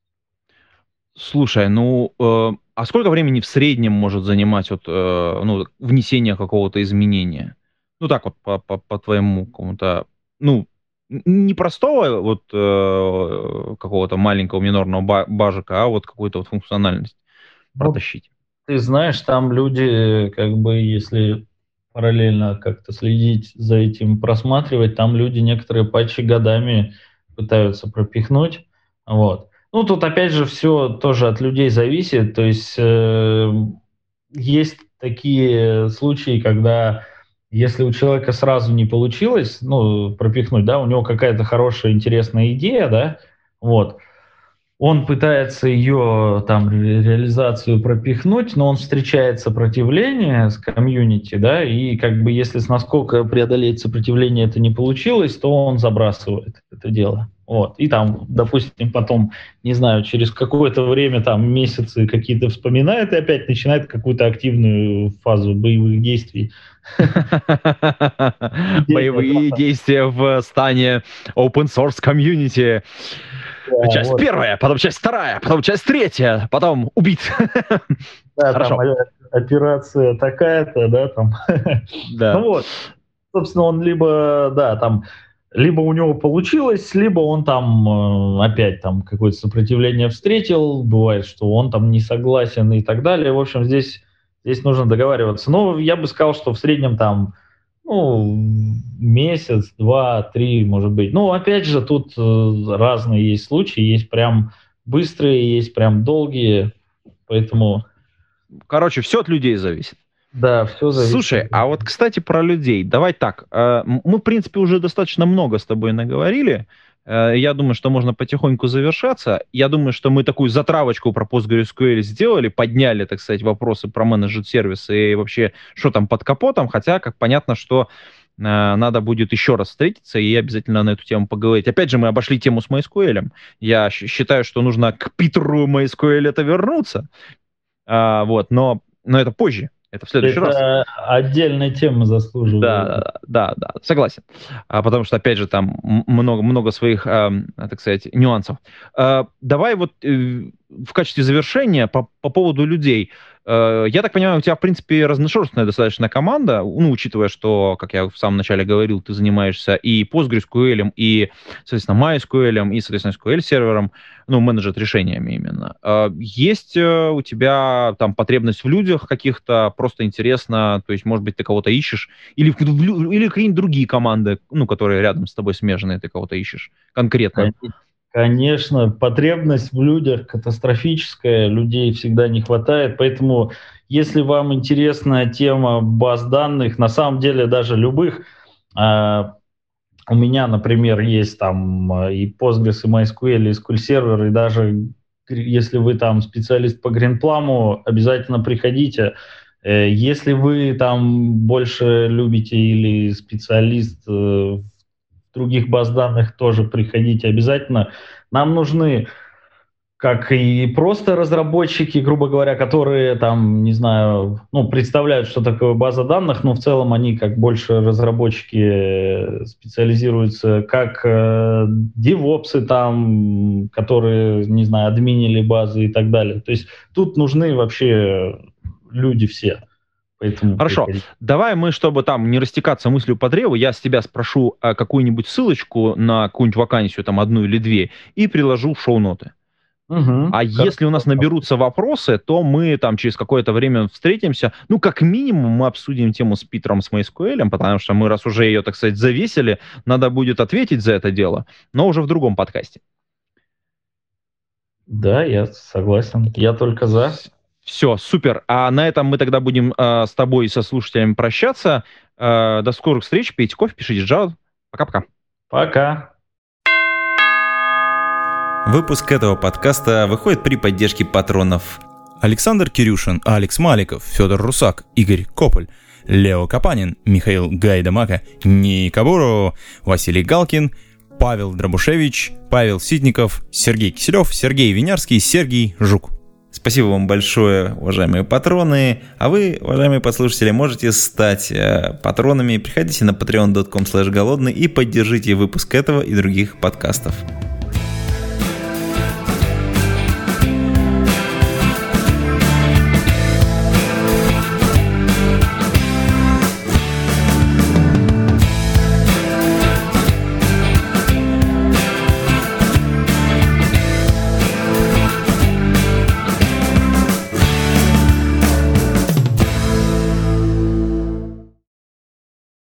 Слушай, ну, э, а сколько времени в среднем может занимать вот, э, ну, внесение какого-то изменения? Ну, так вот, по, по, по твоему какому-то, ну, н- не простого вот э, какого-то маленького минорного ба- бажика, а вот какую-то вот функциональность Ну, протащить. ты знаешь, там люди, как бы, если параллельно как-то следить за этим, просматривать, там люди некоторые патчи годами пытаются пропихнуть. Вот. Ну, тут опять же все тоже от людей зависит. То есть э, есть такие случаи, когда если у человека сразу не получилось, ну, пропихнуть, да, у него какая-то хорошая, интересная идея, да, вот, он пытается ее там ре- реализацию пропихнуть, но он встречает сопротивление с комьюнити, да, и как бы если с насколько преодолеть сопротивление это не получилось, то он забрасывает это дело. Вот. И там, допустим, потом, не знаю, через какое-то время, там, месяцы какие-то вспоминает и опять начинает какую-то активную фазу боевых действий. Идея, Боевые действия в стане open source community. да, Часть вот. первая, потом часть вторая, потом часть третья, потом убит. Да, Хорошо. там э, операция такая-то, да, там. Да. Ну вот, собственно, он либо, да, там, либо у него получилось, либо он там э, опять там какое-то сопротивление встретил, бывает, что он там не согласен и так далее. В общем, здесь, здесь нужно договариваться. Но я бы сказал, что в среднем там, ну, месяц, два, три, может быть. Ну, опять же, тут э, разные есть случаи, есть прям быстрые, есть прям долгие, поэтому... Короче, все от людей зависит. Да, все зависит. Слушай, а вот, кстати, про людей. Давай так. э, м- Мы, в принципе, уже достаточно много с тобой наговорили. Э, Я думаю, что можно потихоньку завершаться. Я думаю, что мы такую затравочку про PostgreSQL сделали, подняли, так сказать, вопросы про менеджер-сервисы и вообще, что там под капотом. Хотя, как понятно, что э, надо будет еще раз встретиться и обязательно на эту тему поговорить. Опять же, мы обошли тему с MySQL. Я щ- считаю, что нужно к Питеру MySQL это вернуться. А, вот, но, но это позже. Это в следующий раз. Это отдельная тема заслуживает. Да, да, да, согласен. А, потому что, опять же, там м- много, много своих, эм, так сказать, нюансов. А, давай вот э, в качестве завершения по, по поводу людей. Э, я так понимаю, у тебя, в принципе, разношерстная достаточно команда, ну, учитывая, что, как я в самом начале говорил, ты занимаешься и PostgreSQL, и, соответственно, MySQL, и, соответственно, эс ку эль-сервером, ну, менеджер решениями именно. А, есть э, у тебя там потребность в людях каких-то, просто интересно, то есть, может быть, ты кого-то ищешь, или, в- в лю- или какие-нибудь другие команды, ну, которые рядом с тобой смежные, ты кого-то ищешь конкретно. Кон- Конечно, потребность в людях катастрофическая, людей всегда не хватает, поэтому если вам интересна тема баз данных, на самом деле даже любых, а, у меня, например, есть там а, и Postgres, и MySQL, и эс ку эль-сервер, и даже гр- если вы там специалист по Greenplum, обязательно приходите. Э, Если вы там больше любите или специалист э, в других баз данных, тоже приходите обязательно. Нам нужны как и просто разработчики, грубо говоря, которые там, не знаю, ну, представляют, что такое база данных, но в целом они как больше разработчики э, специализируются, как э, девопсы там, которые, не знаю, админили базы и так далее. То есть тут нужны вообще люди все. Поэтому Хорошо, приходите. давай мы, чтобы там не растекаться мыслью по древу, я с тебя спрошу а, какую-нибудь ссылочку на какую-нибудь вакансию, там одну или две, и приложу в шоу-ноты. Угу. А если у нас наберутся вопросы, то мы там через какое-то время встретимся. Ну, как минимум, мы обсудим тему с Питером, с MySQL, потому что мы, раз уже ее, так сказать, завесили, надо будет ответить за это дело, но уже в другом подкасте. Да, я согласен. Я только за. Все, супер. А на этом мы тогда будем э, с тобой и со слушателями прощаться. Э, до скорых встреч. Пейте кофе, пишите Java. Пока-пока. Пока. Выпуск этого подкаста выходит при поддержке патронов: Александр Кирюшин, Алекс Маликов, Федор Русак, Игорь Кополь, Лео Капанин, Михаил Гайдамака, Ника Бурова, Василий Галкин, Павел Дробушевич, Павел Ситников, Сергей Киселев, Сергей Винярский, Сергей Жук. Спасибо вам большое, уважаемые патроны. А вы, уважаемые подслушатели, можете стать э, патронами. Приходите на patreon точка com слэш голодный и поддержите выпуск этого и других подкастов.